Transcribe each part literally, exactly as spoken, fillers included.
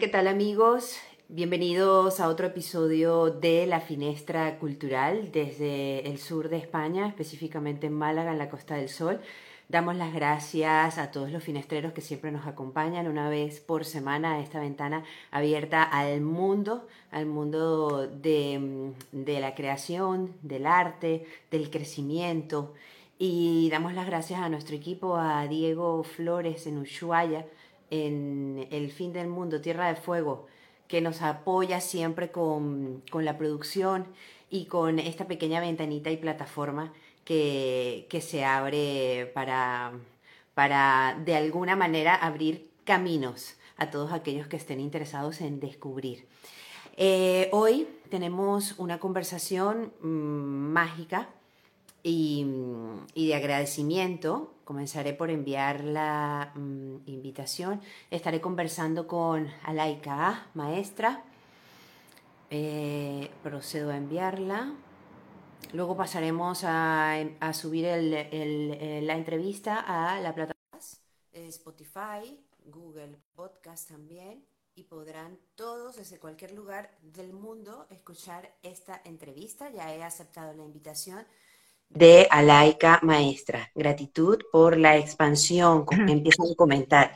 ¿Qué tal amigos? Bienvenidos a otro episodio de La Finestra Cultural desde el sur de España, específicamente en Málaga, en la Costa del Sol. Damos las gracias a todos los finestreros que siempre nos acompañan una vez por semana a esta ventana abierta al mundo, al mundo de, de la creación, del arte, del crecimiento. Y damos las gracias a nuestro equipo, a Diego Flores en Ushuaia, en El Fin del Mundo, Tierra de Fuego, que nos apoya siempre con, con la producción y con esta pequeña ventanita y plataforma que, que se abre para, para de alguna manera abrir caminos a todos aquellos que estén interesados en descubrir. Eh, hoy tenemos una conversación mmm, mágica y, y de agradecimiento. Comenzaré por enviar la mm, invitación. Estaré conversando con Alaika A, maestra. Eh, procedo a enviarla. Luego pasaremos a, a subir el, el, la entrevista a la plataforma Spotify, Google Podcast también, y podrán todos desde cualquier lugar del mundo escuchar esta entrevista. Ya he aceptado la invitación de Alaika Maestra. Gratitud por la expansión. Empiezan a comentar.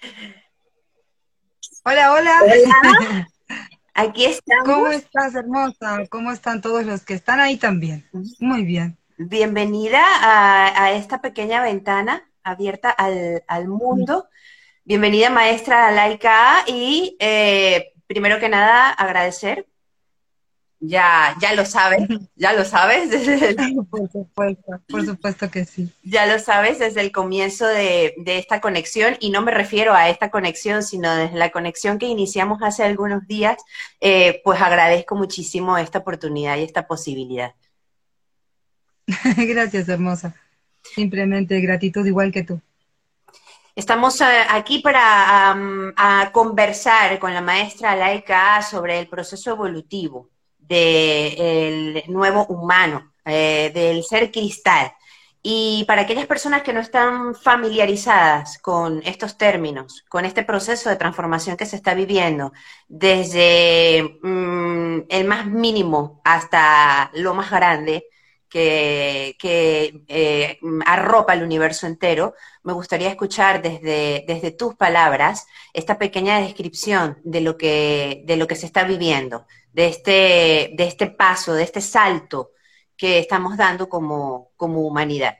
Hola, hola. Hola, aquí ¿Cómo estamos. estás, hermosa? ¿Cómo están todos los que están ahí también? Muy bien. Bienvenida a, a esta pequeña ventana abierta al, al mundo. Bienvenida, maestra Alaika A. Y eh, primero que nada, agradecer. Ya, ya lo sabes, ya lo sabes. Por supuesto, por supuesto que sí. Ya lo sabes desde el comienzo de, de, esta conexión, y no me refiero a esta conexión, sino desde la conexión que iniciamos hace algunos días, eh, pues agradezco muchísimo esta oportunidad y esta posibilidad. Gracias, hermosa. Simplemente gratitud igual que tú. Estamos uh, aquí para um, a conversar con la maestra Alaika A sobre el proceso evolutivo del nuevo humano, eh, del ser cristal. Y para aquellas personas que no están familiarizadas con estos términos, con este proceso de transformación que se está viviendo, desde mmm, el más mínimo hasta lo más grande, que, que eh, arropa el universo entero, me gustaría escuchar desde, desde tus palabras esta pequeña descripción de lo que, de lo que se está viviendo, de este, de este paso, de este salto que estamos dando como, como humanidad.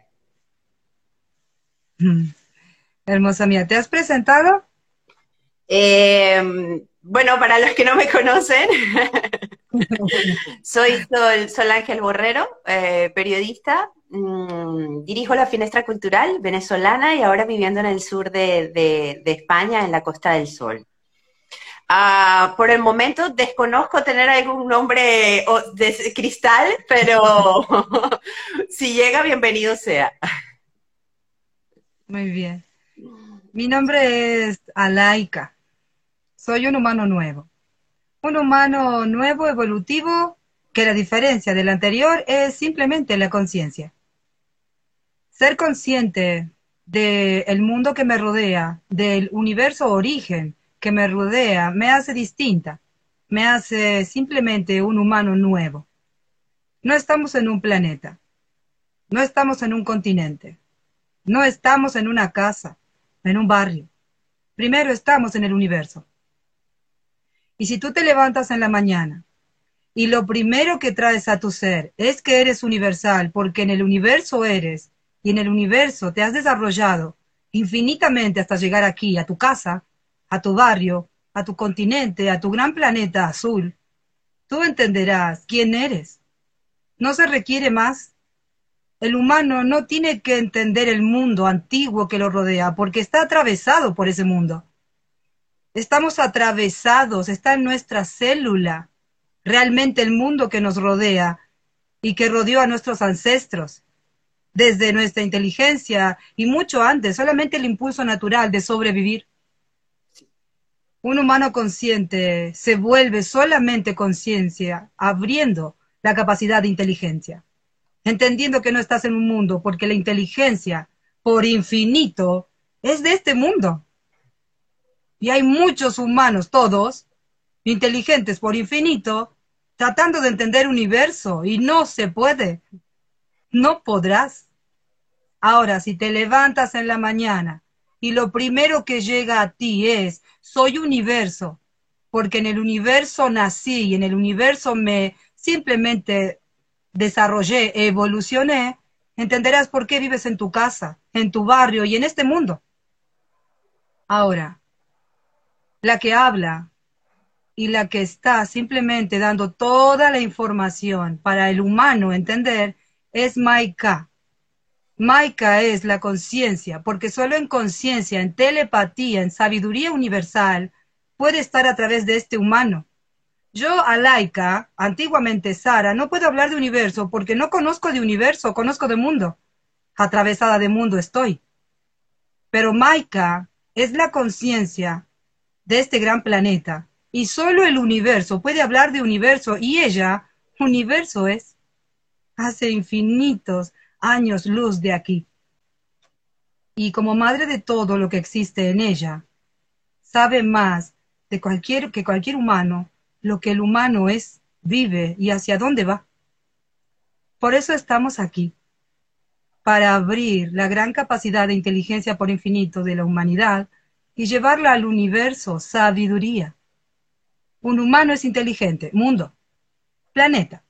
Hermosa mía, ¿te has presentado? Eh, bueno, para los que no me conocen, soy Sol, Sol Ángel Borrero, eh, periodista, mmm, dirijo la Finestra Cultural venezolana y ahora viviendo en el sur de, de, de España, en la Costa del Sol. Uh, por el momento desconozco tener algún nombre de cristal, pero si llega, bienvenido sea. Muy bien. Mi nombre es Alaika. Soy un humano nuevo. Un humano nuevo, evolutivo, que la diferencia del anterior es simplemente la conciencia. Ser consciente del mundo que me rodea, del universo origen que me rodea, me hace distinta, me hace simplemente un humano nuevo. No estamos en un planeta, no estamos en un continente, no estamos en una casa, en un barrio. Primero estamos en el universo. Y si tú te levantas en la mañana y lo primero que traes a tu ser es que eres universal, porque en el universo eres, y en el universo te has desarrollado infinitamente hasta llegar aquí, a tu casa, a tu barrio, a tu continente, a tu gran planeta azul, tú entenderás quién eres. No se requiere más. El humano no tiene que entender el mundo antiguo que lo rodea, porque está atravesado por ese mundo. Estamos atravesados, está en nuestra célula, realmente el mundo que nos rodea y que rodeó a nuestros ancestros. Desde nuestra inteligencia y mucho antes, solamente el impulso natural de sobrevivir. Un humano consciente se vuelve solamente conciencia, abriendo la capacidad de inteligencia, entendiendo que no estás en un mundo, porque la inteligencia, por infinito, es de este mundo. Y hay muchos humanos, todos, inteligentes por infinito, tratando de entender el universo, y no se puede. No podrás. Ahora, si te levantas en la mañana y lo primero que llega a ti es, soy universo, porque en el universo nací y en el universo me simplemente desarrollé, evolucioné, entenderás por qué vives en tu casa, en tu barrio y en este mundo. Ahora, la que habla y la que está simplemente dando toda la información para el humano entender es Maika. Maika es la conciencia, porque solo en conciencia, en telepatía, en sabiduría universal, puede estar a través de este humano. Yo, Alaika, antiguamente Sara, no puedo hablar de universo porque no conozco de universo, conozco de mundo. Atravesada de mundo estoy. Pero Maika es la conciencia de este gran planeta. Y solo el universo puede hablar de universo, y ella, universo es, hace infinitos años luz de aquí. Y como madre de todo lo que existe en ella, sabe más de cualquier, que cualquier humano, lo que el humano es, vive y hacia dónde va. Por eso estamos aquí, para abrir la gran capacidad de inteligencia por infinito de la humanidad y llevarla al universo, sabiduría. Un humano es inteligente, mundo, planeta.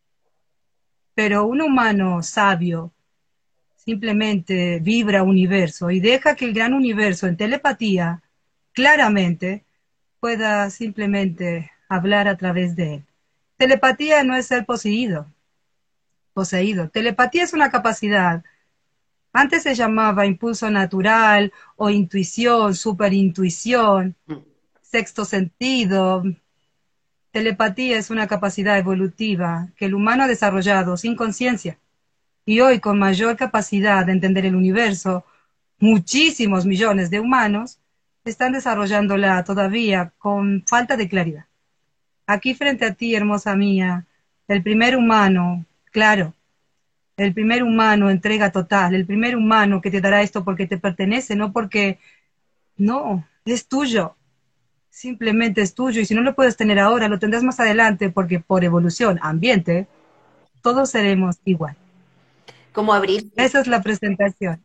Pero un humano sabio simplemente vibra universo y deja que el gran universo en telepatía claramente pueda simplemente hablar a través de él. Telepatía no es ser poseído, poseído. Telepatía es una capacidad. Antes se llamaba impulso natural o intuición, superintuición, sexto sentido. Telepatía es una capacidad evolutiva que el humano ha desarrollado sin conciencia. Y hoy, con mayor capacidad de entender el universo, muchísimos millones de humanos están desarrollándola todavía con falta de claridad. Aquí frente a ti, hermosa mía, el primer humano, claro, el primer humano entrega total, el primer humano que te dará esto porque te pertenece, no porque, no, es tuyo. Simplemente es tuyo, y si no lo puedes tener ahora, lo tendrás más adelante, porque por evolución, ambiente, todos seremos igual. ¿Cómo abrirse? Esa es la presentación.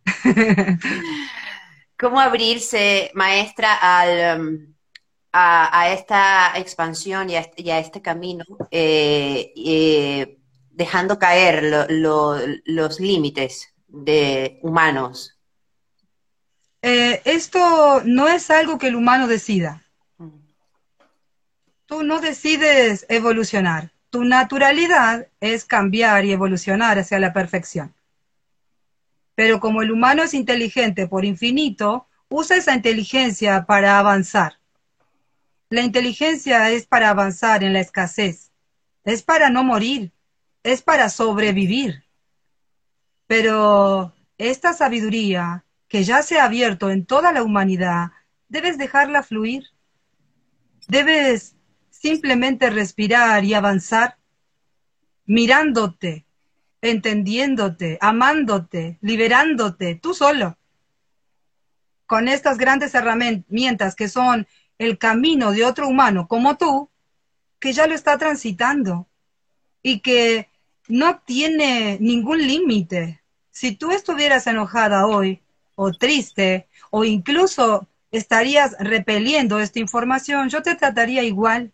¿Cómo abrirse, maestra, al, um, a, a esta expansión y a este, y a este camino, eh, eh, dejando caer lo- lo- los límites de humanos? Eh, esto no es algo que el humano decida. Mm. Tú no decides evolucionar. Tu naturalidad es cambiar y evolucionar hacia la perfección. Pero como el humano es inteligente por infinito, usa esa inteligencia para avanzar. La inteligencia es para avanzar en la escasez. Es para no morir. Es para sobrevivir. Pero esta sabiduría que ya se ha abierto en toda la humanidad, debes dejarla fluir. Debes simplemente respirar y avanzar, mirándote, entendiéndote, amándote, liberándote, tú solo, con estas grandes herramientas que son el camino de otro humano como tú, que ya lo está transitando y que no tiene ningún límite. Si tú estuvieras enojada hoy, o triste, o incluso estarías repeliendo esta información, yo te trataría igual.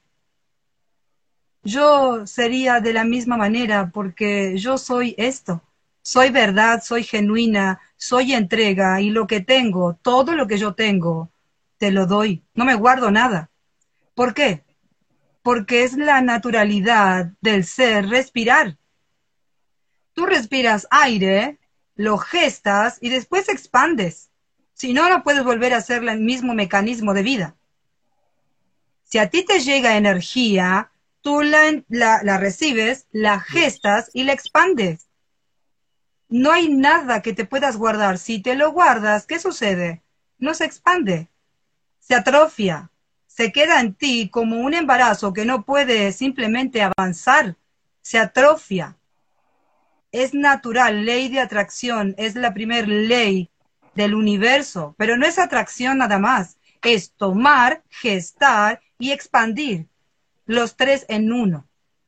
Yo sería de la misma manera porque yo soy esto. Soy verdad, soy genuina, soy entrega, y lo que tengo, todo lo que yo tengo, te lo doy. No me guardo nada. ¿Por qué? Porque es la naturalidad del ser respirar. Tú respiras aire, lo gestas y después expandes. Si no, no puedes volver a hacer el mismo mecanismo de vida. Si a ti te llega energía, tú la, la, la recibes, la gestas y la expandes. No hay nada que te puedas guardar. Si te lo guardas, ¿qué sucede? No se expande, se atrofia, se queda en ti como un embarazo que no puede simplemente avanzar, se atrofia. Es natural, ley de atracción, es la primer ley del universo, pero no es atracción nada más, es tomar, gestar y expandir, los tres en uno.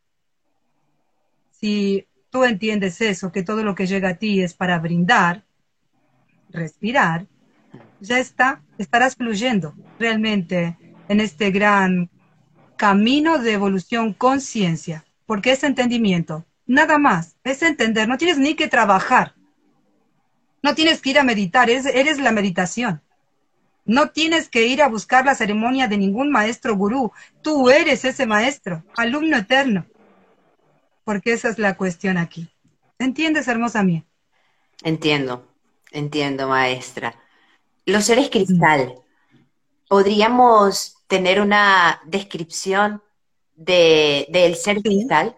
Si tú entiendes eso, que todo lo que llega a ti es para brindar, respirar, ya está, estarás fluyendo realmente en este gran camino de evolución conciencia, porque es entendimiento, nada más, es entender, no tienes ni que trabajar, no tienes que ir a meditar, eres, eres la meditación. No tienes que ir a buscar la ceremonia de ningún maestro gurú. Tú eres ese maestro, alumno eterno. Porque esa es la cuestión aquí. ¿Entiendes, hermosa mía? Entiendo, entiendo, maestra. Los seres Mm. cristal, ¿podríamos tener una descripción de, del ser Sí. cristal?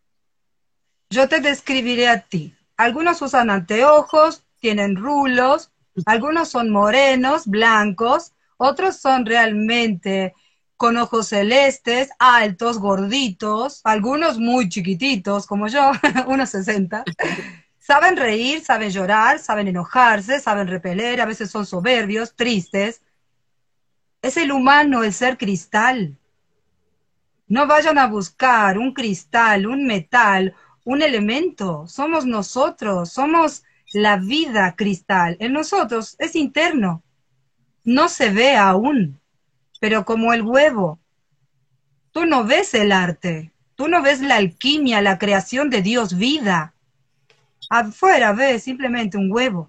Yo te describiré a ti. Algunos usan anteojos, tienen rulos, algunos son morenos, blancos, otros son realmente con ojos celestes, altos, gorditos, algunos muy chiquititos, como yo, unos sesenta. Saben reír, saben llorar, saben enojarse, saben repeler, a veces son soberbios, tristes. Es el humano, el ser cristal. No vayan a buscar un cristal, un metal, un elemento. Somos nosotros, somos la vida cristal. En nosotros es interno. No se ve aún, pero como el huevo. Tú no ves el arte, tú no ves la alquimia, la creación de Dios, vida. Afuera ves simplemente un huevo.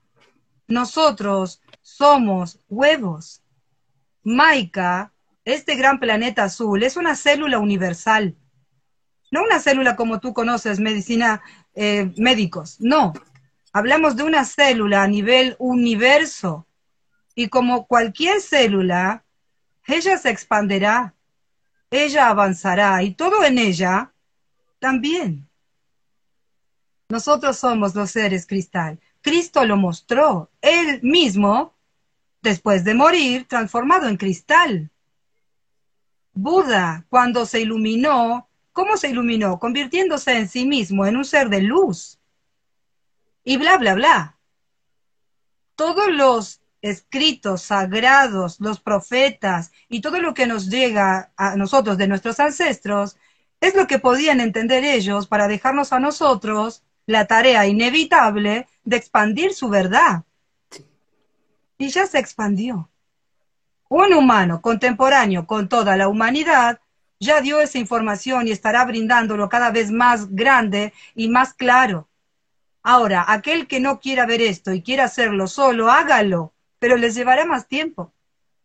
Nosotros somos huevos. Maika, este gran planeta azul, es una célula universal. No una célula como tú conoces, medicina, eh, médicos. No. Hablamos de una célula a nivel universo. Y como cualquier célula, ella se expanderá, ella avanzará y todo en ella también. Nosotros somos los seres cristal. Cristo lo mostró, él mismo, después de morir, transformado en cristal. Buda, cuando se iluminó, ¿cómo se iluminó? Convirtiéndose en sí mismo en un ser de luz. Y bla, bla, bla. Todos los escritos sagrados, los profetas y todo lo que nos llega a nosotros de nuestros ancestros, es lo que podían entender ellos para dejarnos a nosotros la tarea inevitable de expandir su verdad. Y ya se expandió. Un humano contemporáneo con toda la humanidad ya dio esa información y estará brindándolo cada vez más grande y más claro. Ahora, aquel que no quiera ver esto y quiera hacerlo solo, hágalo, pero les llevará más tiempo.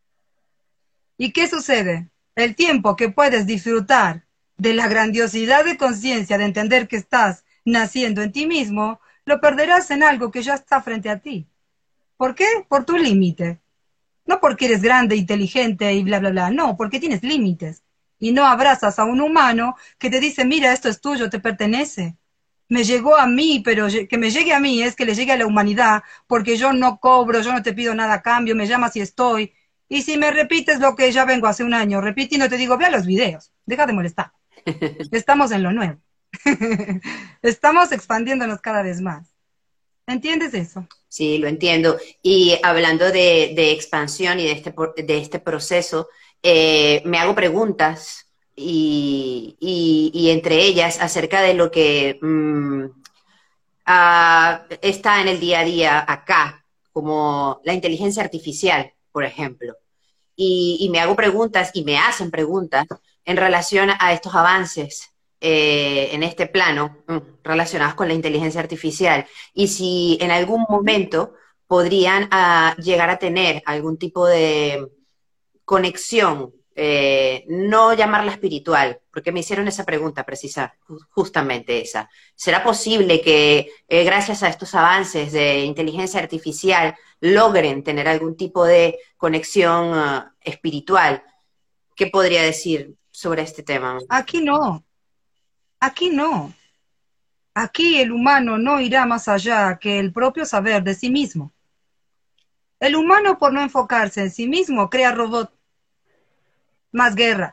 ¿Y qué sucede? El tiempo que puedes disfrutar de la grandiosidad de conciencia, de entender que estás naciendo en ti mismo, lo perderás en algo que ya está frente a ti. ¿Por qué? Por tu límite. No porque eres grande, inteligente y bla, bla, bla. No, porque tienes límites. Y no abrazas a un humano que te dice, mira, esto es tuyo, te pertenece. Me llegó a mí, pero que me llegue a mí es que le llegue a la humanidad, porque yo no cobro, yo no te pido nada a cambio, me llamas y estoy. Y si me repites lo que ya vengo hace un año repitiendo, te digo, vea los videos, deja de molestar. Estamos en lo nuevo. Estamos expandiéndonos cada vez más. ¿Entiendes eso? Sí, lo entiendo. Y hablando de, de expansión y de este, por- de este proceso, eh, me hago preguntas y, y- y entre ellas acerca de lo que mm, ah, está en el día a día acá, como la inteligencia artificial, por ejemplo. Y, y me hago preguntas y me hacen preguntas en relación a estos avances eh, en este plano mm, relacionados con la inteligencia artificial y si en algún momento podrían ah, llegar a tener algún tipo de conexión, eh, no llamarla espiritual, porque me hicieron esa pregunta precisa, ju- justamente esa. ¿Será posible que eh, gracias a estos avances de inteligencia artificial logren tener algún tipo de conexión ah, espiritual? ¿Qué podría decir sobre este tema? Aquí no, aquí no. Aquí el humano no irá más allá que el propio saber de sí mismo. El humano, por no enfocarse en sí mismo, crea robots, más guerra,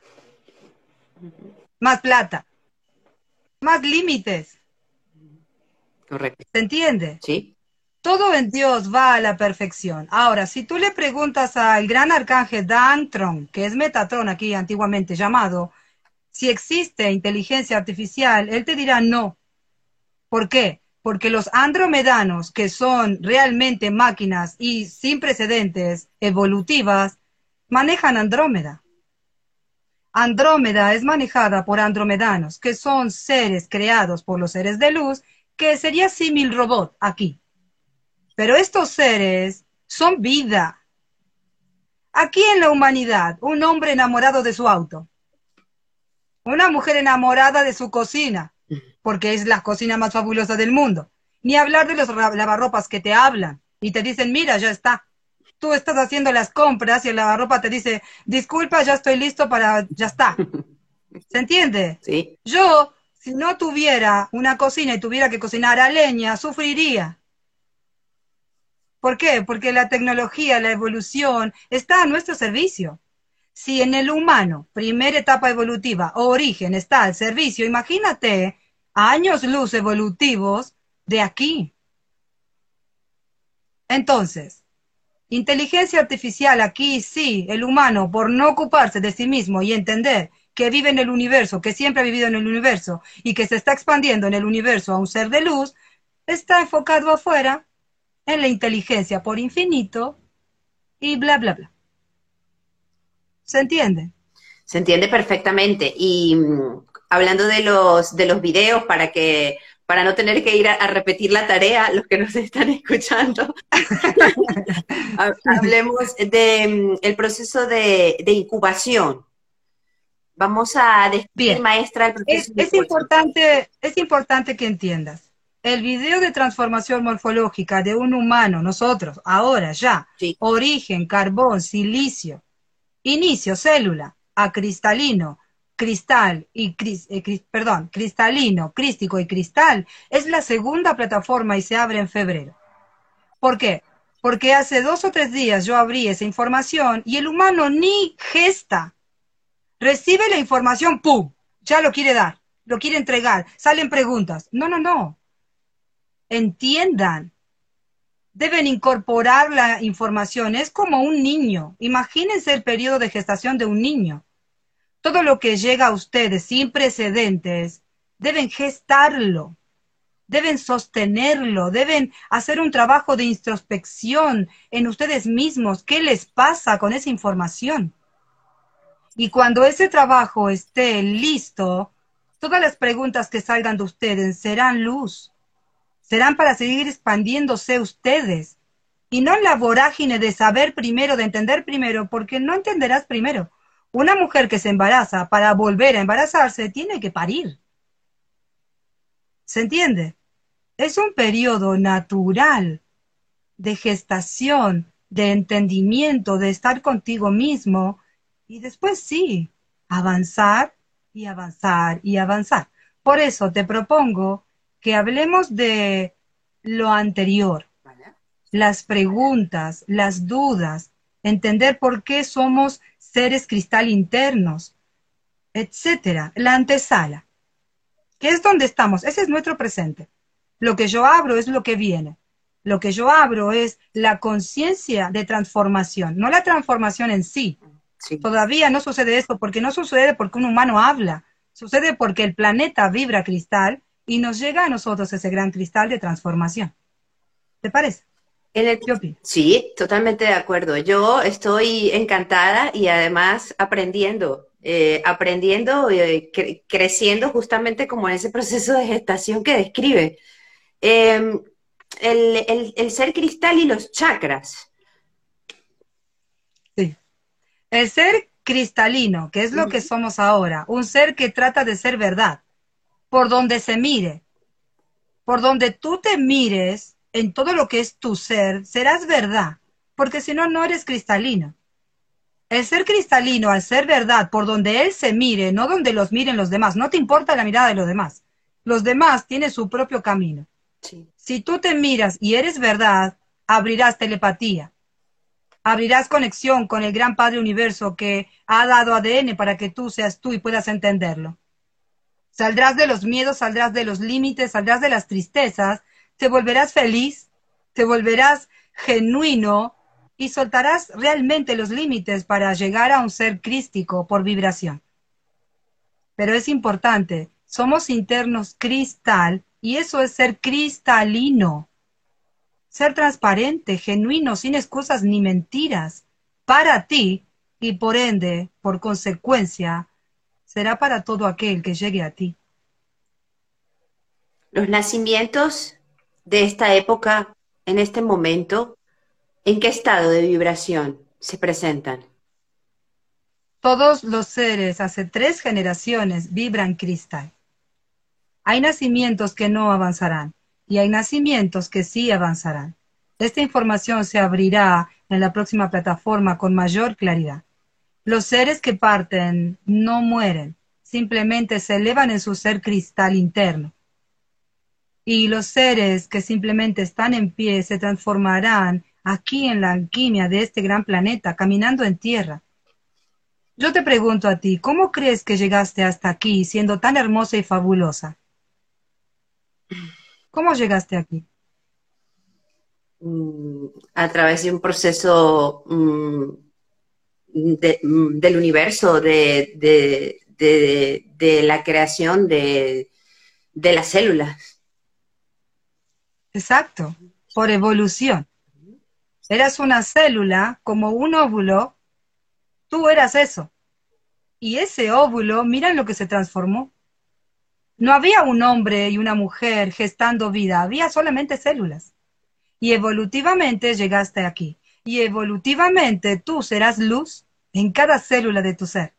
más plata, más límites. Correcto. ¿Se entiende? ¿Sí? Todo en Dios va a la perfección. Ahora, si tú le preguntas al gran arcángel Dantron, que es Metatron aquí antiguamente llamado, si existe inteligencia artificial, él te dirá no. ¿Por qué? Porque los andromedanos, que son realmente máquinas y sin precedentes, evolutivas, manejan Andrómeda. Andrómeda es manejada por andromedanos, que son seres creados por los seres de luz, que sería símil robot aquí. Pero estos seres son vida. Aquí en la humanidad, un hombre enamorado de su auto, una mujer enamorada de su cocina, porque es la cocina más fabulosa del mundo. Ni hablar de los lavarropas que te hablan y te dicen, mira, ya está. Tú estás haciendo las compras y el lavarropa te dice, disculpa, ya estoy listo para, ya está. ¿Se entiende? Sí. Yo, si no tuviera una cocina y tuviera que cocinar a leña, sufriría. ¿Por qué? Porque la tecnología, la evolución, está a nuestro servicio. Si en el humano, primera etapa evolutiva o origen, está al servicio, imagínate años luz evolutivos de aquí. Entonces, inteligencia artificial aquí sí, el humano, por no ocuparse de sí mismo y entender que vive en el universo, que siempre ha vivido en el universo y que se está expandiendo en el universo a un ser de luz, está enfocado afuera en la inteligencia por infinito y bla, bla, bla. ¿Se entiende? Se entiende perfectamente. Y mm, hablando de los, de los videos, para que, para no tener que ir a, a repetir la tarea, los que nos están escuchando, hablemos de mm, el proceso de, de incubación. Vamos a describir, Bien, maestra, el es, proceso de es incubación. importante, es importante que entiendas. El video de transformación morfológica de un humano, nosotros, ahora ya, Sí. origen, carbón, silicio, inicio, célula, a cristalino, cristal y cris, eh, cris, perdón, cristalino, crístico y cristal, es la segunda plataforma y se abre en febrero. ¿Por qué? Porque hace dos o tres días yo abrí esa información y el humano ni gesta. Recibe la información, ¡pum! Ya lo quiere dar, lo quiere entregar, salen preguntas. No, no, no. Entiendan. Deben incorporar la información. Es como un niño. Imagínense el periodo de gestación de un niño. Todo lo que llega a ustedes sin precedentes, deben gestarlo, deben sostenerlo, deben hacer un trabajo de introspección en ustedes mismos. ¿Qué les pasa con esa información? Y cuando ese trabajo esté listo, todas las preguntas que salgan de ustedes serán luz, serán para seguir expandiéndose ustedes, y no en la vorágine de saber primero, de entender primero, porque no entenderás primero. Una mujer que se embaraza para volver a embarazarse tiene que parir. ¿Se entiende? Es un periodo natural de gestación, de entendimiento, de estar contigo mismo, y después sí, avanzar y avanzar y avanzar. Por eso te propongo que hablemos de lo anterior, ¿Vale? las preguntas, las dudas, entender por qué somos seres cristal internos, etcétera. La antesala, que es donde estamos, ese es nuestro presente. Lo que yo abro es lo que viene. Lo que yo abro es la conciencia de transformación, no la transformación en sí. Sí. Todavía no sucede esto, porque no sucede porque un humano habla, sucede porque el planeta vibra cristal y nos llega a nosotros ese gran cristal de transformación. ¿Te parece? En el, ¿Qué opinas? sí, totalmente de acuerdo. Yo estoy encantada y además aprendiendo, eh, aprendiendo, eh, cre creciendo justamente como en ese proceso de gestación que describe. Eh, el, el, el ser cristal y los chakras. Sí. El ser cristalino, que es lo que somos ahora, un ser que trata de ser verdad, por donde se mire, por donde tú te mires en todo lo que es tu ser, serás verdad, porque si no, no eres cristalino. El ser cristalino, al ser verdad, por donde él se mire, no donde los miren los demás, no te importa la mirada de los demás. Los demás tienen su propio camino. Sí. Si tú te miras y eres verdad, abrirás telepatía, abrirás conexión con el gran Padre Universo que ha dado A D N para que tú seas tú y puedas entenderlo. Saldrás de los miedos, saldrás de los límites, saldrás de las tristezas, te volverás feliz, te volverás genuino y soltarás realmente los límites para llegar a un ser crístico por vibración. Pero es importante, somos internos cristal y eso es ser cristalino. Ser transparente, genuino, sin excusas ni mentiras, para ti y por ende, por consecuencia, será para todo aquel que llegue a ti. Los nacimientos de esta época, en este momento, ¿en qué estado de vibración se presentan? Todos los seres hace tres generaciones vibran cristal. Hay nacimientos que no avanzarán y hay nacimientos que sí avanzarán. Esta información se abrirá en la próxima plataforma con mayor claridad. Los seres que parten no mueren, simplemente se elevan en su ser cristal interno. Y los seres que simplemente están en pie se transformarán aquí en la alquimia de este gran planeta, caminando en tierra. Yo te pregunto a ti, ¿cómo crees que llegaste hasta aquí siendo tan hermosa y fabulosa? ¿Cómo llegaste aquí? Mm, a través de un proceso mm, de- mm, del universo, de, de- de- de la creación de, de las células. Exacto, por evolución. Eras una célula como un óvulo, tú eras eso. Y ese óvulo, mira en lo que se transformó. No había un hombre y una mujer gestando vida, había solamente células. Y evolutivamente llegaste aquí. Y evolutivamente tú serás luz en cada célula de tu ser.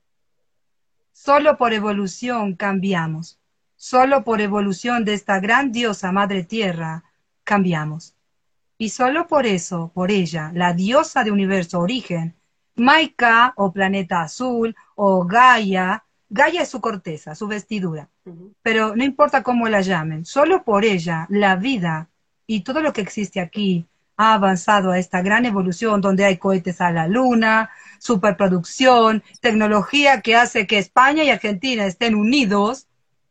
Solo por evolución cambiamos. Solo por evolución de esta gran diosa Madre Tierra cambiamos. Y solo por eso, por ella, la diosa de universo origen, Maika o planeta azul o Gaia, Gaia es su corteza, su vestidura. Ujú. Pero no importa cómo la llamen, solo por ella, la vida y todo lo que existe aquí ha avanzado a esta gran evolución donde hay cohetes a la luna, superproducción, tecnología que hace que España y Argentina estén unidos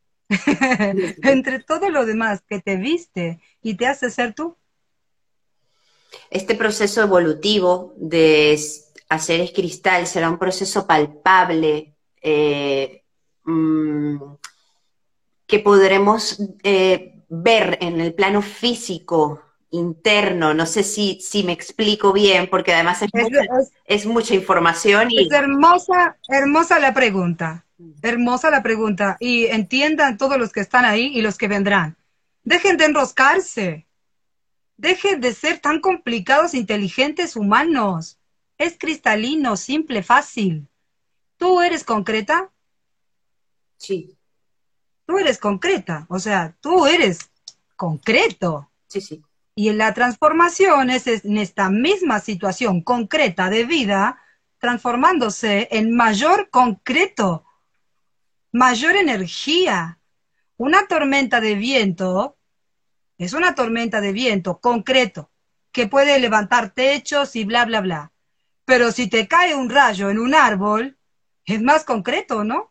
entre todo lo demás que te viste y te hace ser tú. Este proceso evolutivo de s- hacer es cristal será un proceso palpable, eh, mm, que podremos eh, ver en el plano físico interno. No sé si, si me explico bien, porque además es Es, mucha, es, es mucha información es y hermosa, hermosa la pregunta. Hermosa la pregunta. Y entiendan todos los que están ahí y los que vendrán. Dejen de enroscarse. Dejen de ser tan complicados, inteligentes, humanos. Es cristalino, simple, fácil. ¿Tú eres concreta? sí, Tú eres concreta. O sea, tú eres concreto. sí, sí. Y en la transformación es en esta misma situación concreta de vida, transformándose en mayor concreto, mayor energía. Una tormenta de viento es una tormenta de viento concreto que puede levantar techos y bla, bla, bla. Pero si te cae un rayo en un árbol, es más concreto, ¿no?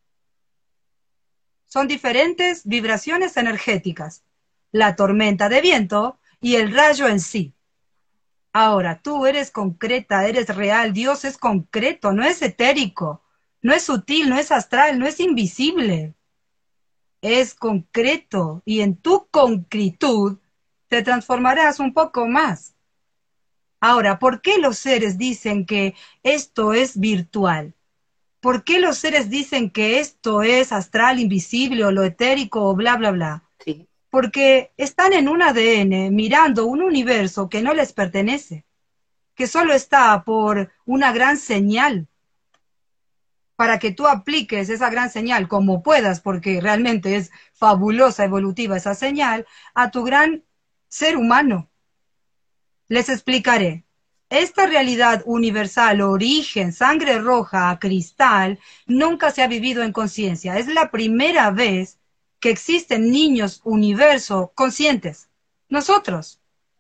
Son diferentes vibraciones energéticas, la tormenta de viento y el rayo en sí. Ahora, tú eres concreta, eres real, Dios es concreto, no es etérico, no es sutil, no es astral, no es invisible, es concreto y en tu concretud te transformarás un poco más. Ahora, ¿por qué los seres dicen que esto es virtual? ¿Por qué los seres dicen que esto es astral, invisible o lo etérico o bla, bla, bla? Sí. Porque están en un A D N mirando un universo que no les pertenece, que solo está por una gran señal, para que tú apliques esa gran señal como puedas, porque realmente es fabulosa, evolutiva esa señal, a tu gran ser humano. Les explicaré. Esta realidad universal, origen, sangre roja, cristal, nunca se ha vivido en conciencia. Es la primera vez que existen niños universo conscientes. Nosotros.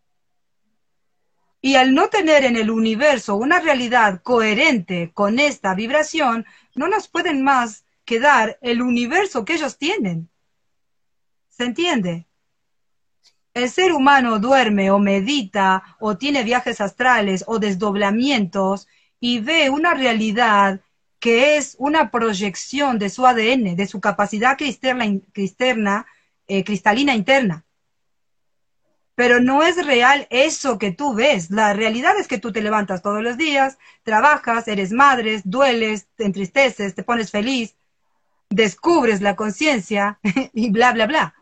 Y al no tener en el universo una realidad coherente con esta vibración, no nos pueden más que dar el universo que ellos tienen. ¿Se entiende? El ser humano duerme o medita o tiene viajes astrales o desdoblamientos y ve una realidad que es una proyección de su A D N, de su capacidad cristerna, cristerna, eh, cristalina interna. Pero no es real eso que tú ves. La realidad es que tú te levantas todos los días, trabajas, eres madre, dueles, te entristeces, te pones feliz, descubres la conciencia y bla, bla, bla.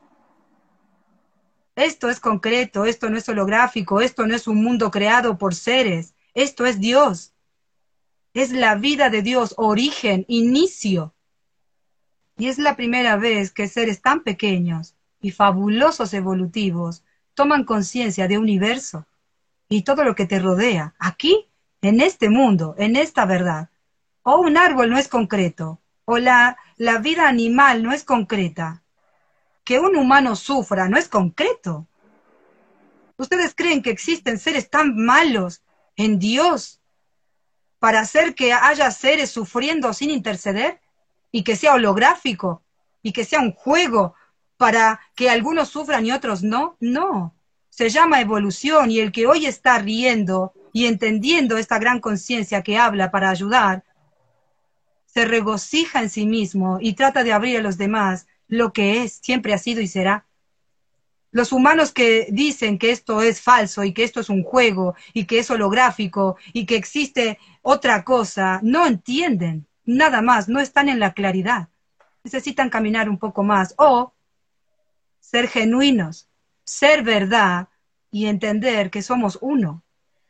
Esto es concreto, esto no es holográfico, esto no es un mundo creado por seres, esto es Dios. Es la vida de Dios, origen, inicio. Y es la primera vez que seres tan pequeños y fabulosos evolutivos toman conciencia de universo y todo lo que te rodea, aquí, en este mundo, en esta verdad. O un árbol no es concreto, o la, la vida animal no es concreta. Que un humano sufra no es concreto. ¿Ustedes creen que existen seres tan malos en Dios para hacer que haya seres sufriendo sin interceder? Y que sea holográfico, y que sea un juego para que algunos sufran y otros no. No, se llama evolución, y el que hoy está riendo y entendiendo esta gran conciencia que habla para ayudar, se regocija en sí mismo y trata de abrir a los demás lo que es, siempre ha sido y será. Los humanos que dicen que esto es falso y que esto es un juego y que es holográfico y que existe otra cosa, no entienden nada más, no están en la claridad. Necesitan caminar un poco más o ser genuinos, ser verdad y entender que somos uno.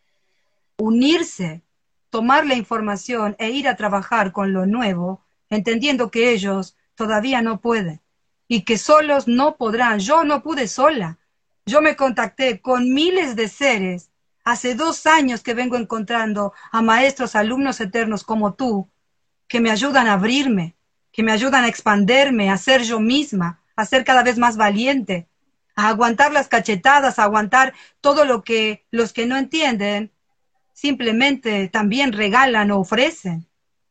Unirse, tomar la información e ir a trabajar con lo nuevo, entendiendo que ellos todavía no pueden. Y que solos no podrán. Yo no pude sola. Yo me contacté con miles de seres. Hace dos años que vengo encontrando a maestros, alumnos eternos como tú, que me ayudan a abrirme, que me ayudan a expanderme, a ser yo misma, a ser cada vez más valiente, a aguantar las cachetadas, a aguantar todo lo que los que no entienden simplemente también regalan o ofrecen.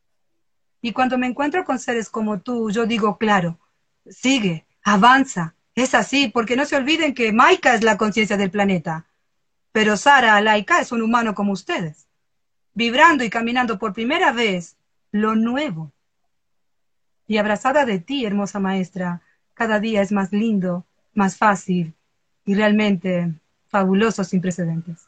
Y cuando me encuentro con seres como tú, yo digo, claro, sigue, avanza, es así, porque no se olviden que Maika es la conciencia del planeta, pero Sara Laika es un humano como ustedes, vibrando y caminando por primera vez lo nuevo. Y abrazada de ti, hermosa maestra, cada día es más lindo, más fácil y realmente fabuloso sin precedentes.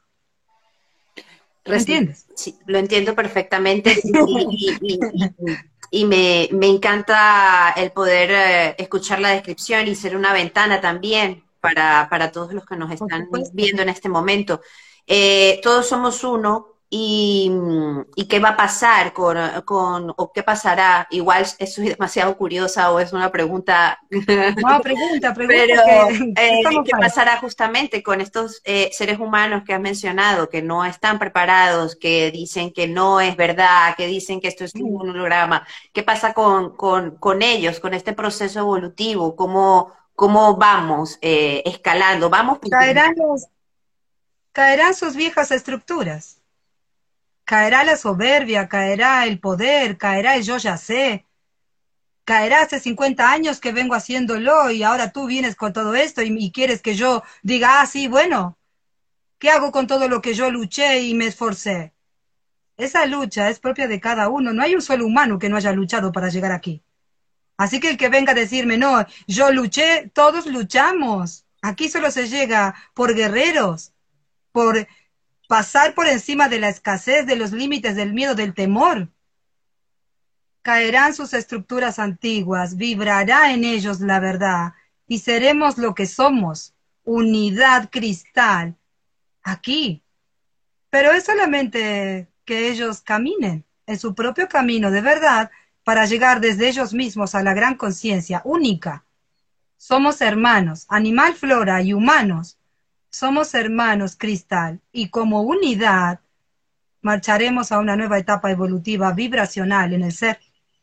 ¿Me entiendes? Sí, lo entiendo perfectamente y, y, y, y me, me encanta el poder eh, escuchar la descripción y ser una ventana también para, para todos los que nos están viendo en este momento. Eh, todos somos uno y, y qué va a pasar con, con, o qué pasará. Igual soy demasiado curiosa o es una pregunta. No, pregunta, pregunta. Pero, que, eh, ¿qué pasará justamente con estos eh, seres humanos que has mencionado, que no están preparados, que dicen que no es verdad, que dicen que esto es un holograma? ¿Qué pasa con, con, con ellos, con este proceso evolutivo? ¿Cómo, cómo vamos eh, escalando? Vamos. Caerán, los, caerán sus viejas estructuras. Caerá la soberbia, caerá el poder, caerá el yo ya sé. Caerá hace cincuenta años que vengo haciéndolo y ahora tú vienes con todo esto y, y quieres que yo diga, ah, sí, bueno, ¿qué hago con todo lo que yo luché y me esforcé? Esa lucha es propia de cada uno. No hay un solo humano que no haya luchado para llegar aquí. Así que el que venga a decirme, no, yo luché, todos luchamos. Aquí solo se llega por guerreros, por pasar por encima de la escasez, de los límites, del miedo, del temor. Caerán sus estructuras antiguas, vibrará en ellos la verdad, y seremos lo que somos, unidad cristal, aquí. Pero es solamente que ellos caminen en su propio camino de verdad para llegar desde ellos mismos a la gran conciencia única. Somos hermanos, animal, flora y humanos. Somos hermanos cristal y como unidad marcharemos a una nueva etapa evolutiva vibracional en el ser.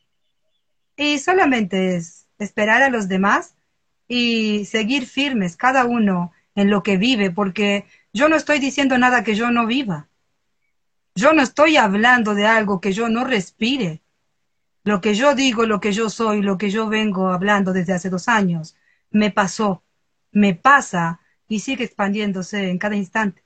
Y solamente es esperar a los demás y seguir firmes cada uno en lo que vive, porque yo no estoy diciendo nada que yo no viva. Yo no estoy hablando de algo que yo no respire. Lo que yo digo, lo que yo soy, lo que yo vengo hablando desde hace dos años, me pasó, me pasa y sigue expandiéndose en cada instante.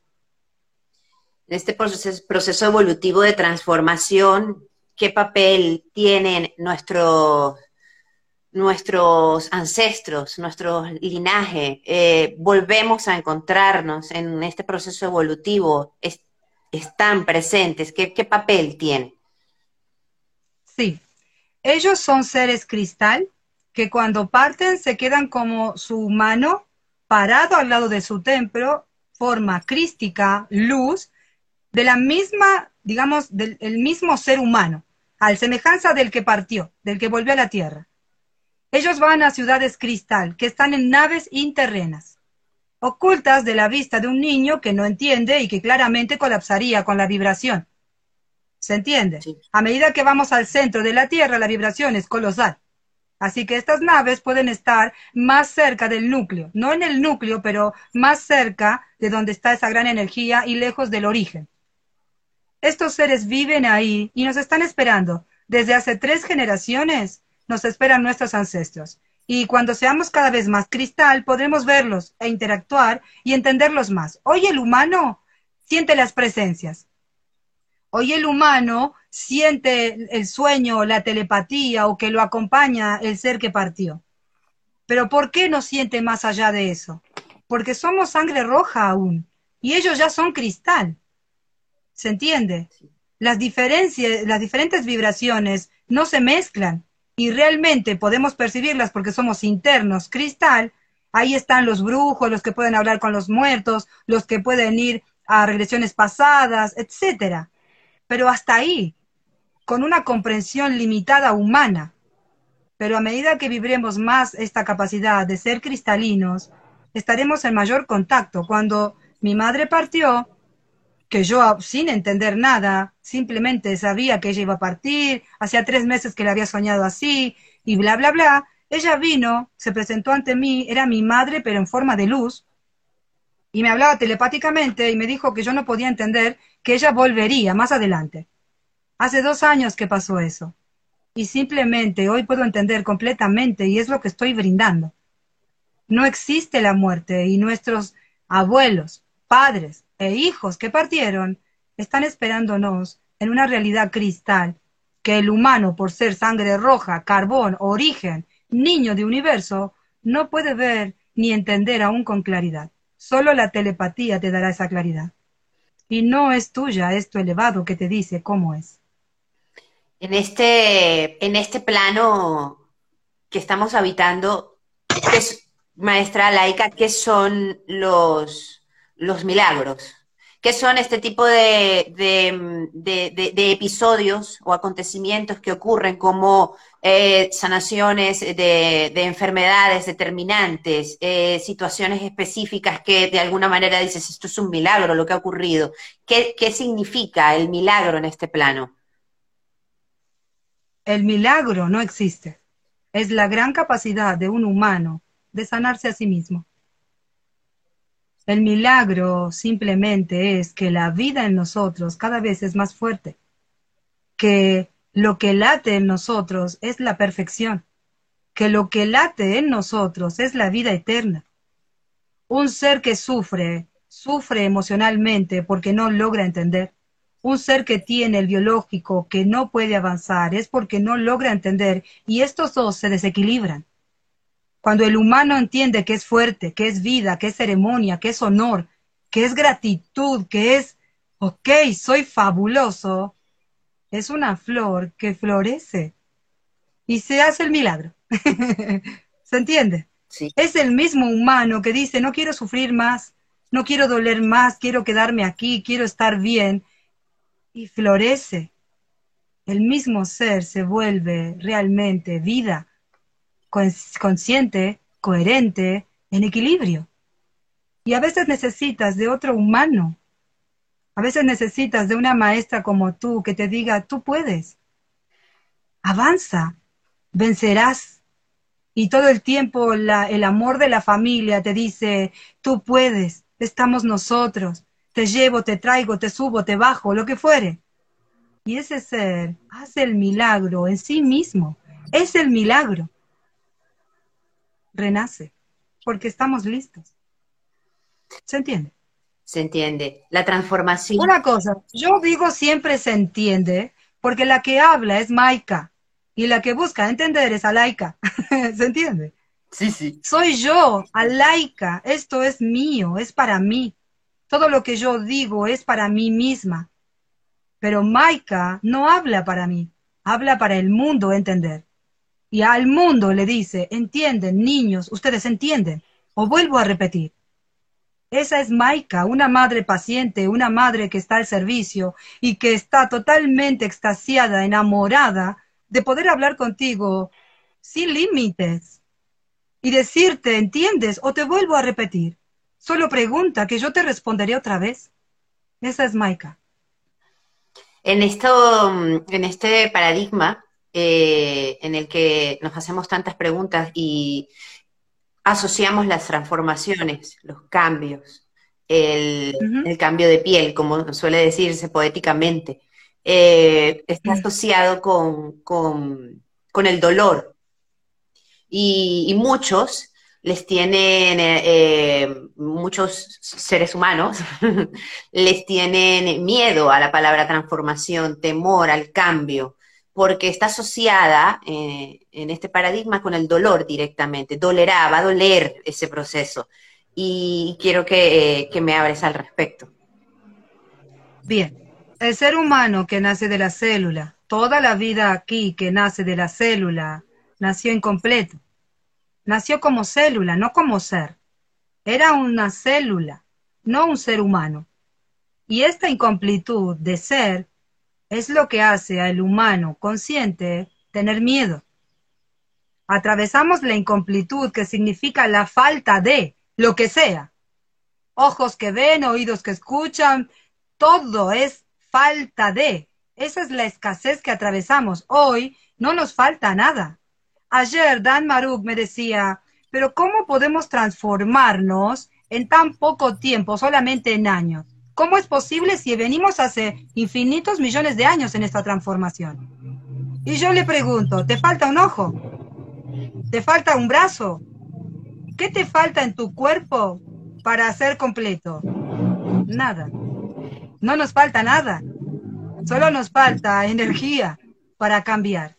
En este proceso, proceso evolutivo de transformación, ¿qué papel tienen nuestros, nuestros ancestros, nuestro linaje? Eh, volvemos a encontrarnos en este proceso evolutivo, es, están presentes, ¿qué, qué papel tienen? Sí, ellos son seres cristal que cuando parten se quedan como su humano parado al lado de su templo, forma crística, luz, de la misma, digamos, del el mismo ser humano, al semejanza del que partió, del que volvió a la tierra. Ellos van a ciudades cristal, que están en naves interrenas, ocultas de la vista de un niño que no entiende y que claramente colapsaría con la vibración. ¿Se entiende? Sí. A medida que vamos al centro de la Tierra, la vibración es colosal. Así que estas naves pueden estar más cerca del núcleo, no en el núcleo, pero más cerca de donde está esa gran energía y lejos del origen. Estos seres viven ahí y nos están esperando. Desde hace tres generaciones nos esperan nuestros ancestros. Y cuando seamos cada vez más cristal, podremos verlos e interactuar y entenderlos más. Hoy el humano siente las presencias. Hoy el humano siente el sueño, la telepatía o que lo acompaña el ser que partió. Pero ¿por qué no siente más allá de eso? Porque somos sangre roja aún y ellos ya son cristal. ¿Se entiende? Las diferencias, las diferentes vibraciones no se mezclan y realmente podemos percibirlas porque somos internos, cristal. Ahí están los brujos, los que pueden hablar con los muertos, los que pueden ir a regresiones pasadas, etcétera. Pero hasta ahí, con una comprensión limitada humana. Pero a medida que vibremos más esta capacidad de ser cristalinos, estaremos en mayor contacto. Cuando mi madre partió, que yo sin entender nada, simplemente sabía que ella iba a partir, hacía tres meses que la había soñado así, y bla, bla, bla, ella vino, se presentó ante mí, era mi madre, pero en forma de luz, y me hablaba telepáticamente y me dijo que yo no podía entender que ella volvería más adelante. Hace dos años que pasó eso. Y simplemente hoy puedo entender completamente y es lo que estoy brindando. No existe la muerte y nuestros abuelos, padres e hijos que partieron están esperándonos en una realidad cristal que el humano, por ser sangre roja, carbón, origen, niño de universo, no puede ver ni entender aún con claridad. Solo la telepatía te dará esa claridad. Y no es tuya, es tu elevado que te dice cómo es. En este, en este plano que estamos habitando, ¿qué es, maestra Laika, qué son los, los milagros? ¿Qué son este tipo de, de, de, de, de episodios o acontecimientos que ocurren como eh, sanaciones de, de enfermedades determinantes, eh, situaciones específicas que de alguna manera dices, esto es un milagro lo que ha ocurrido? ¿Qué, qué significa el milagro en este plano? El milagro no existe. Es la gran capacidad de un humano de sanarse a sí mismo. El milagro simplemente es que la vida en nosotros cada vez es más fuerte, que lo que late en nosotros es la perfección, que lo que late en nosotros es la vida eterna. Un ser que sufre, sufre emocionalmente porque no logra entender. Un ser que tiene el biológico que no puede avanzar es porque no logra entender y estos dos se desequilibran. Cuando el humano entiende que es fuerte, que es vida, que es ceremonia, que es honor, que es gratitud, que es, ok, soy fabuloso, es una flor que florece y se hace el milagro. ¿Se entiende? Sí. Es el mismo humano que dice, no quiero sufrir más, no quiero doler más, quiero quedarme aquí, quiero estar bien, y florece. El mismo ser se vuelve realmente vida, consciente, coherente, en equilibrio. Y a veces necesitas de otro humano. A veces necesitas de una maestra como tú que te diga, tú puedes. Avanza, vencerás. Y todo el tiempo la, el amor de la familia te dice, tú puedes, estamos nosotros. Te llevo, te traigo, te subo, te bajo, lo que fuere. Y ese ser hace el milagro en sí mismo. Es el milagro. Renace, porque estamos listos. ¿Se entiende? Se entiende. La transformación. Una cosa, yo digo siempre se entiende, porque la que habla es Maika y la que busca entender es Alaika. ¿Se entiende? Sí, sí. Soy yo, Alaika. Esto es mío, es para mí. Todo lo que yo digo es para mí misma. Pero Maika no habla para mí, habla para el mundo entender. Y al mundo le dice, entienden, niños, ustedes entienden. O vuelvo a repetir, esa es Maika, una madre paciente, una madre que está al servicio y que está totalmente extasiada, enamorada de poder hablar contigo sin límites y decirte, ¿entiendes? O te vuelvo a repetir. Solo pregunta que yo te responderé otra vez. Esa es Maika. En esto, mm, en este paradigma eh, en el que nos hacemos tantas preguntas y asociamos las transformaciones, los cambios, el, Ujú. el cambio de piel, como suele decirse poéticamente, eh, está Mm. asociado con, con, con el dolor. Y, y muchos les tienen, eh, eh, muchos seres humanos les tienen miedo a la palabra transformación, temor al cambio, porque está asociada eh, en este paradigma con el dolor directamente. Dolerá, va a doler ese proceso. Y quiero que, eh, que me hables al respecto. Bien, el ser humano que nace de la célula, toda la vida aquí que nace de la célula, nació incompleto. Nació como célula, no como ser. Era una célula, no un ser humano. Y esta incompletud de ser es lo que hace al humano consciente tener miedo. Atravesamos la incompletud, que significa la falta de lo que sea. Ojos que ven, oídos que escuchan, todo es falta de. Esa es la escasez que atravesamos. Hoy no nos falta nada. Ayer Dan Maruk me decía, pero ¿cómo podemos transformarnos en tan poco tiempo, solamente en años? ¿Cómo es posible si venimos hace infinitos millones de años en esta transformación? Y yo le pregunto, ¿te falta un ojo? ¿Te falta un brazo? ¿Qué te falta en tu cuerpo para ser completo? Nada. No nos falta nada. Solo nos falta energía para cambiar.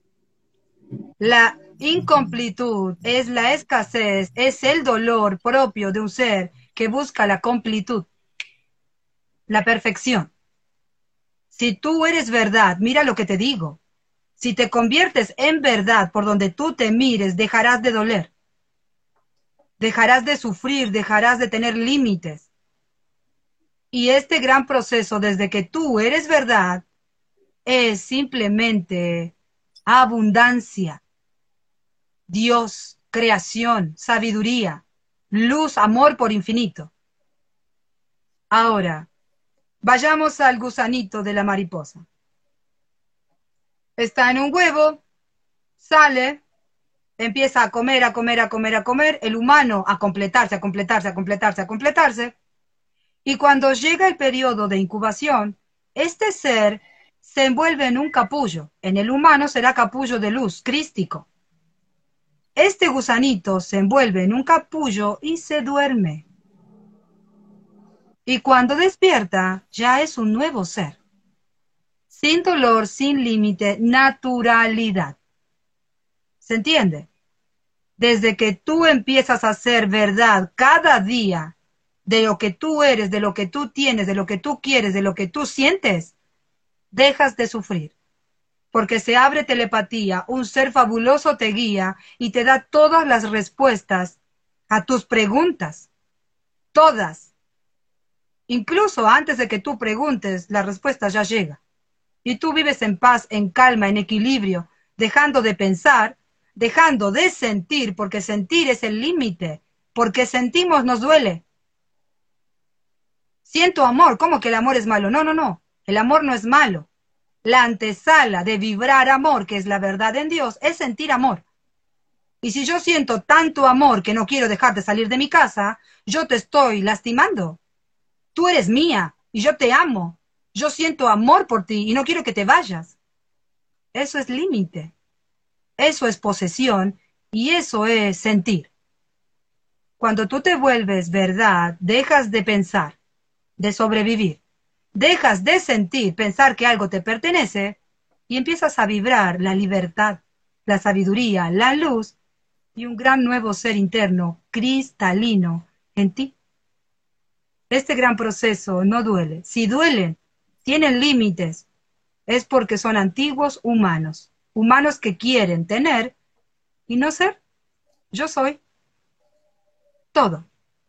La incompletud es la escasez, es el dolor propio de un ser que busca la completud, la perfección. Si tú eres verdad, mira lo que te digo. Si te conviertes en verdad por donde tú te mires, dejarás de doler. Dejarás de sufrir, dejarás de tener límites. Y este gran proceso, desde que tú eres verdad, es simplemente abundancia, Dios, creación, sabiduría, luz, amor por infinito. Ahora, vayamos al gusanito de la mariposa. Está en un huevo, sale, empieza a comer, a comer, a comer, a comer, el humano a completarse, a completarse, a completarse, a completarse. Y cuando llega el periodo de incubación, este ser se envuelve en un capullo. En el humano será capullo de luz, crístico. Este gusanito se envuelve en un capullo y se duerme. Y cuando despierta, ya es un nuevo ser. Sin dolor, sin límite, naturalidad. ¿Se entiende? Desde que tú empiezas a ser verdad cada día de lo que tú eres, de lo que tú tienes, de lo que tú quieres, de lo que tú sientes, dejas de sufrir. Porque se abre telepatía, un ser fabuloso te guía y te da todas las respuestas a tus preguntas. Todas. Incluso antes de que tú preguntes, la respuesta ya llega. Y tú vives en paz, en calma, en equilibrio, dejando de pensar, dejando de sentir, porque sentir es el límite, porque sentimos nos duele. Siento amor, ¿cómo que el amor es malo? No, no, no, el amor no es malo. La antesala de vibrar amor, que es la verdad en Dios, es sentir amor. Y si yo siento tanto amor que no quiero dejarte salir de mi casa, yo te estoy lastimando. Tú eres mía y yo te amo. Yo siento amor por ti y no quiero que te vayas. Eso es límite. Eso es posesión y eso es sentir. Cuando tú te vuelves verdad, dejas de pensar, de sobrevivir, dejas de sentir, pensar que algo te pertenece y empiezas a vibrar la libertad, la sabiduría, la luz y un gran nuevo ser interno, cristalino, en ti. Este gran proceso no duele. Si duelen, tienen límites, es porque son antiguos humanos, humanos que quieren tener y no ser. Yo soy todo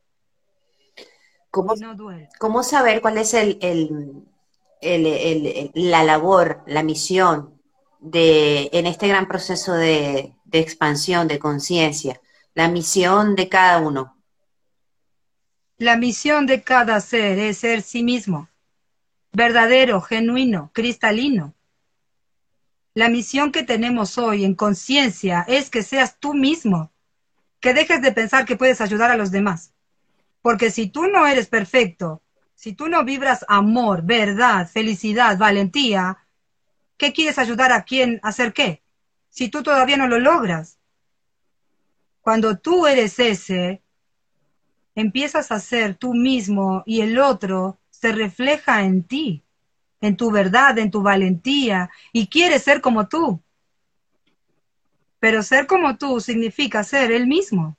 ¿Cómo, y no duele. cómo saber cuál es el, el, el- el- el- la labor, la misión de, en este gran proceso de, de expansión, de conciencia, la misión de cada uno? La misión de cada ser es ser sí mismo, verdadero, genuino, cristalino. La misión que tenemos hoy en conciencia es que seas tú mismo, que dejes de pensar que puedes ayudar a los demás. Porque si tú no eres perfecto, si tú no vibras amor, verdad, felicidad, valentía, ¿qué quieres ayudar a quién a hacer qué? Si tú todavía no lo logras. Cuando tú eres ese, empiezas a ser tú mismo y el otro se refleja en ti, en tu verdad, en tu valentía, y quiere ser como tú. Pero ser como tú significa ser él mismo.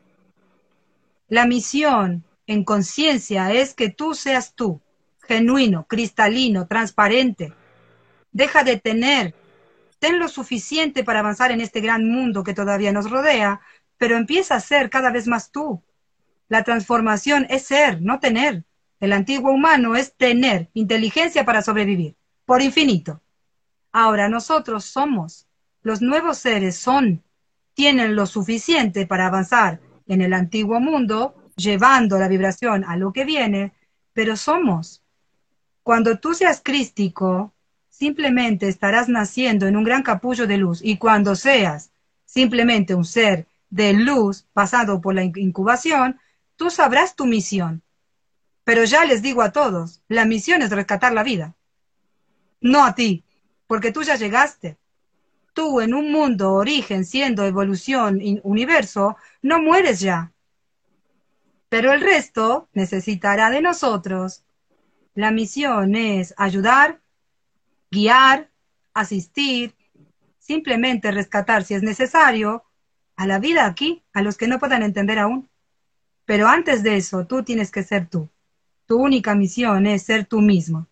La misión en conciencia es que tú seas tú, genuino, cristalino, transparente. Deja de tener, ten lo suficiente para avanzar en este gran mundo que todavía nos rodea, pero empieza a ser cada vez más tú. La transformación es ser, no tener. El antiguo humano es tener inteligencia para sobrevivir, por infinito. Ahora nosotros somos, los nuevos seres son, tienen lo suficiente para avanzar en el antiguo mundo, llevando la vibración a lo que viene, pero somos. Cuando tú seas crístico, simplemente estarás naciendo en un gran capullo de luz, y cuando seas simplemente un ser de luz pasado por la incubación, tú sabrás tu misión. Pero ya les digo a todos, la misión es rescatar la vida. No a ti, porque tú ya llegaste. Tú en un mundo, origen, siendo evolución, universo, no mueres ya. Pero el resto necesitará de nosotros. La misión es ayudar, guiar, asistir, simplemente rescatar si es necesario a la vida aquí, a los que no puedan entender aún. Pero antes de eso, tú tienes que ser tú. Tu única misión es ser tú mismo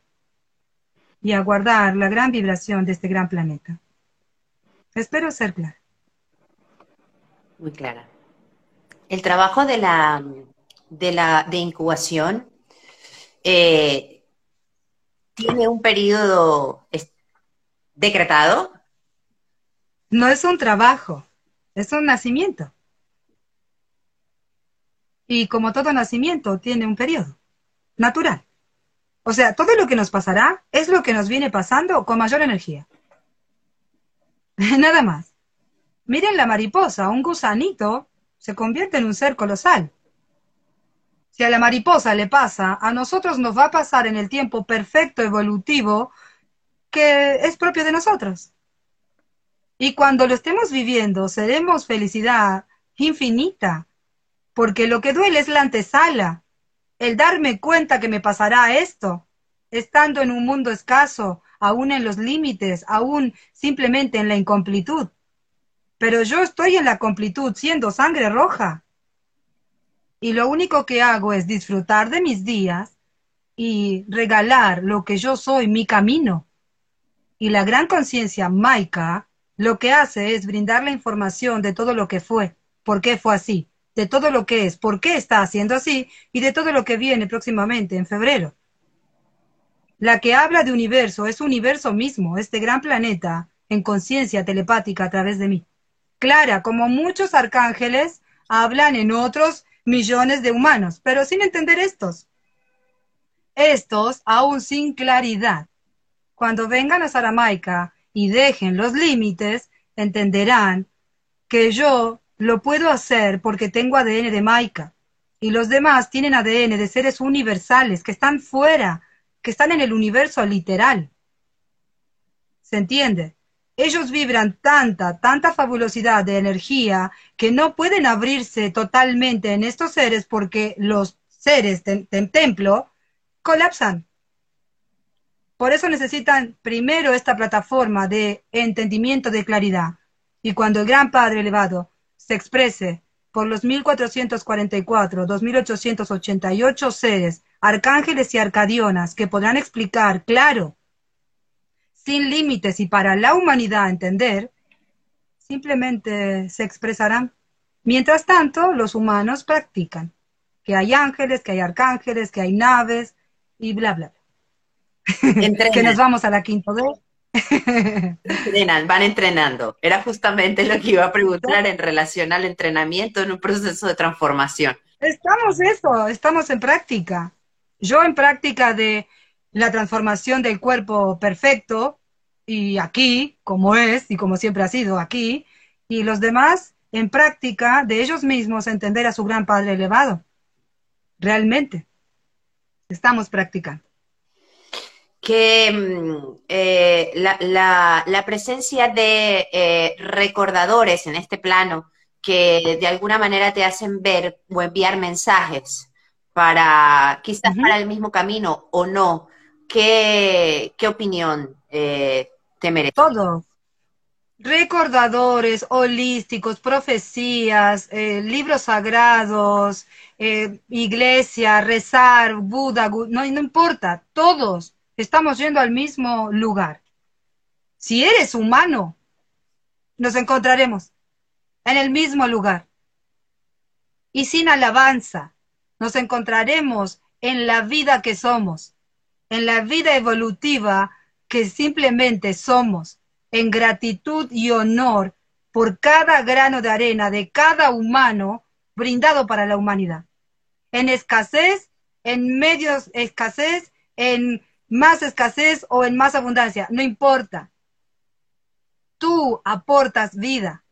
y aguardar la gran vibración de este gran planeta. Espero ser clara. Muy clara. El trabajo de la, de la de incubación eh, tiene un periodo es- decretado. No es un trabajo, es un nacimiento. Y como todo nacimiento, tiene un periodo natural. O sea, todo lo que nos pasará es lo que nos viene pasando con mayor energía. Nada más. Miren la mariposa, un gusanito se convierte en un ser colosal. Si a la mariposa le pasa, a nosotros nos va a pasar en el tiempo perfecto evolutivo que es propio de nosotros. Y cuando lo estemos viviendo, seremos felicidad infinita, porque lo que duele es la antesala, el darme cuenta que me pasará esto, estando en un mundo escaso, aún en los límites, aún simplemente en la incompletud. Pero yo estoy en la completud siendo sangre roja. Y lo único que hago es disfrutar de mis días y regalar lo que yo soy, mi camino. Y la gran conciencia Maika lo que hace es brindar la información de todo lo que fue, por qué fue así, de todo lo que es, por qué está haciendo así y de todo lo que viene próximamente en febrero. La que habla de universo es universo mismo, este gran planeta, en conciencia telepática a través de mí. Clara, como muchos arcángeles, hablan en otros millones de humanos, pero sin entender estos. Estos aún sin claridad. Cuando vengan a Saramaica y dejen los límites, entenderán que yo lo puedo hacer porque tengo A D N de Maika y los demás tienen A D N de seres universales que están fuera, que están en el universo literal. ¿Se entiende? Ellos vibran tanta, tanta fabulosidad de energía que no pueden abrirse totalmente en estos seres porque los seres del templo colapsan. Por eso necesitan primero esta plataforma de entendimiento de claridad. Y cuando el Gran Padre Elevado se exprese por los mil cuatrocientos cuarenta y cuatro, dos mil ochocientos ochenta y ocho seres, arcángeles y arcadionas, que podrán explicar, claro, sin límites y para la humanidad entender, simplemente se expresarán. Mientras tanto, los humanos practican. Que hay ángeles, que hay arcángeles, que hay naves, y bla, bla, bla. Que nos vamos a la quinto D. Entrenan, van entrenando. Era justamente lo que iba a preguntar en relación al entrenamiento en un proceso de transformación. Estamos eso, estamos en práctica. Yo en práctica de la transformación del cuerpo perfecto, y aquí, como es y como siempre ha sido aquí, y los demás en práctica de ellos mismos entender a su Gran Padre Elevado. Realmente, estamos practicando. Que eh, la, la, la presencia de eh, recordadores en este plano que de alguna manera te hacen ver o enviar mensajes para, quizás Uh-huh. para el mismo camino o no, ¿qué, qué opinión eh, te merece? Todo. Recordadores holísticos, profecías, eh, libros sagrados, eh, iglesia, rezar, Buda, no, no importa, todos estamos yendo al mismo lugar. Si eres humano, nos encontraremos en el mismo lugar. Y sin alabanza, nos encontraremos en la vida que somos, en la vida evolutiva que simplemente somos, en gratitud y honor por cada grano de arena de cada humano brindado para la humanidad. En escasez, en medios escasez, en más escasez o en más abundancia, no importa. Tú aportas vida.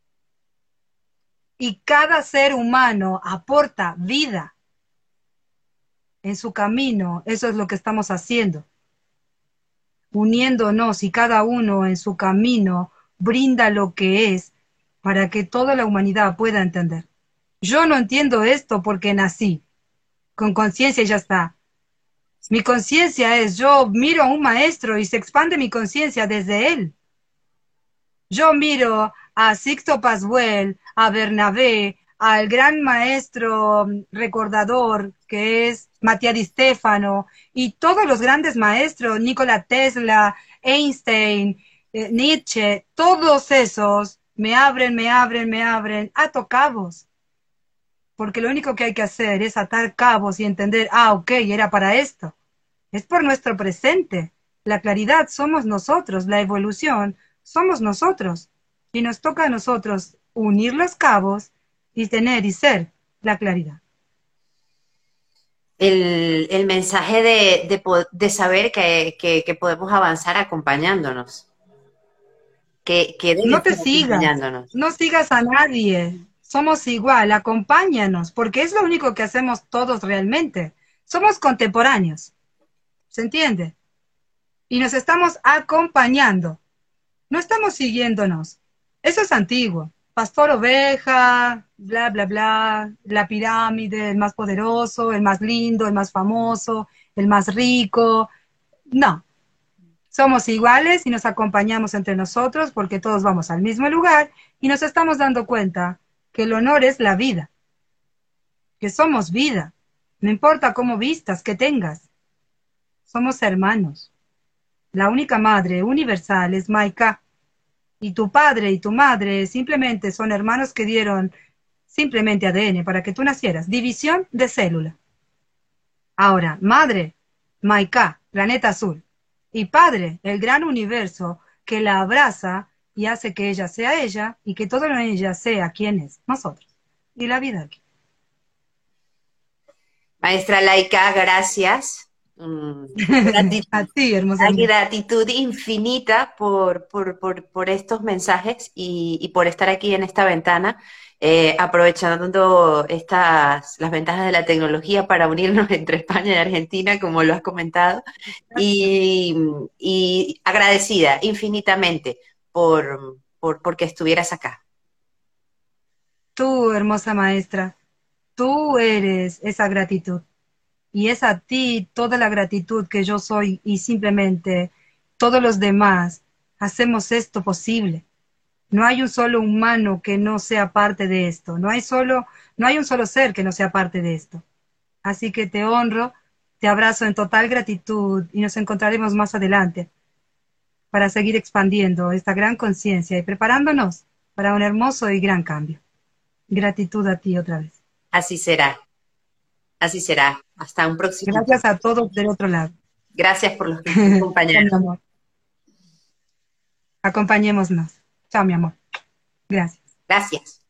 Y cada ser humano aporta vida en su camino. Eso es lo que estamos haciendo. Uniéndonos y cada uno en su camino brinda lo que es para que toda la humanidad pueda entender. Yo no entiendo esto porque nací con conciencia y ya está. Mi conciencia es, yo miro a un maestro y se expande mi conciencia desde él. Yo miro a Sixto Pascual, a Bernabé, al gran maestro recordador que es Matías Di Stefano y todos los grandes maestros, Nikola Tesla, Einstein, eh, Nietzsche, todos esos me abren, me abren, me abren, ato cabos. Porque lo único que hay que hacer es atar cabos y entender, ah, ok, era para esto. Es por nuestro presente. La claridad somos nosotros, la evolución somos nosotros. Y nos toca a nosotros unir los cabos y tener y ser la claridad. El, el mensaje de, de, de saber que, que, que podemos avanzar acompañándonos. Que, que no te sigas, no sigas a nadie. Somos igual, acompáñanos, porque es lo único que hacemos todos realmente. Somos contemporáneos. ¿Se entiende? Y nos estamos acompañando. No estamos siguiéndonos. Eso es antiguo. Pastor oveja, bla, bla, bla, la pirámide, el más poderoso, el más lindo, el más famoso, el más rico. No. Somos iguales y nos acompañamos entre nosotros porque todos vamos al mismo lugar y nos estamos dando cuenta que el honor es la vida. Que somos vida. No importa cómo vistas, que tengas. Somos hermanos. La única madre universal es Maika. Y tu padre y tu madre simplemente son hermanos que dieron simplemente A D N para que tú nacieras. División de célula. Ahora, madre, Maika, planeta azul. Y padre, el gran universo que la abraza y hace que ella sea ella y que todo en ella sea quien es, nosotros. Y la vida aquí. Maestra Laika, gracias. Mm, gratitud, a ti, hermosa. Gratitud infinita por, por, por, por estos mensajes y, y por estar aquí en esta ventana, eh, aprovechando estas, las ventajas de la tecnología para unirnos entre España y Argentina, como lo has comentado, y, y agradecida infinitamente por, por, por que estuvieras acá. Tú, hermosa maestra, tú eres esa gratitud. Y es a ti toda la gratitud que yo soy y simplemente todos los demás hacemos esto posible. No hay un solo humano que no sea parte de esto. No hay solo, no hay un solo ser que no sea parte de esto. Así que te honro, te abrazo en total gratitud y nos encontraremos más adelante para seguir expandiendo esta gran conciencia y preparándonos para un hermoso y gran cambio. Gratitud a ti otra vez. Así será, así será. Hasta un próximo Gracias encuentro. a todos del otro lado. Gracias por los que nos Chao, mi acompañaron. amor. Acompañémonos. Chao, mi amor. Gracias. Gracias.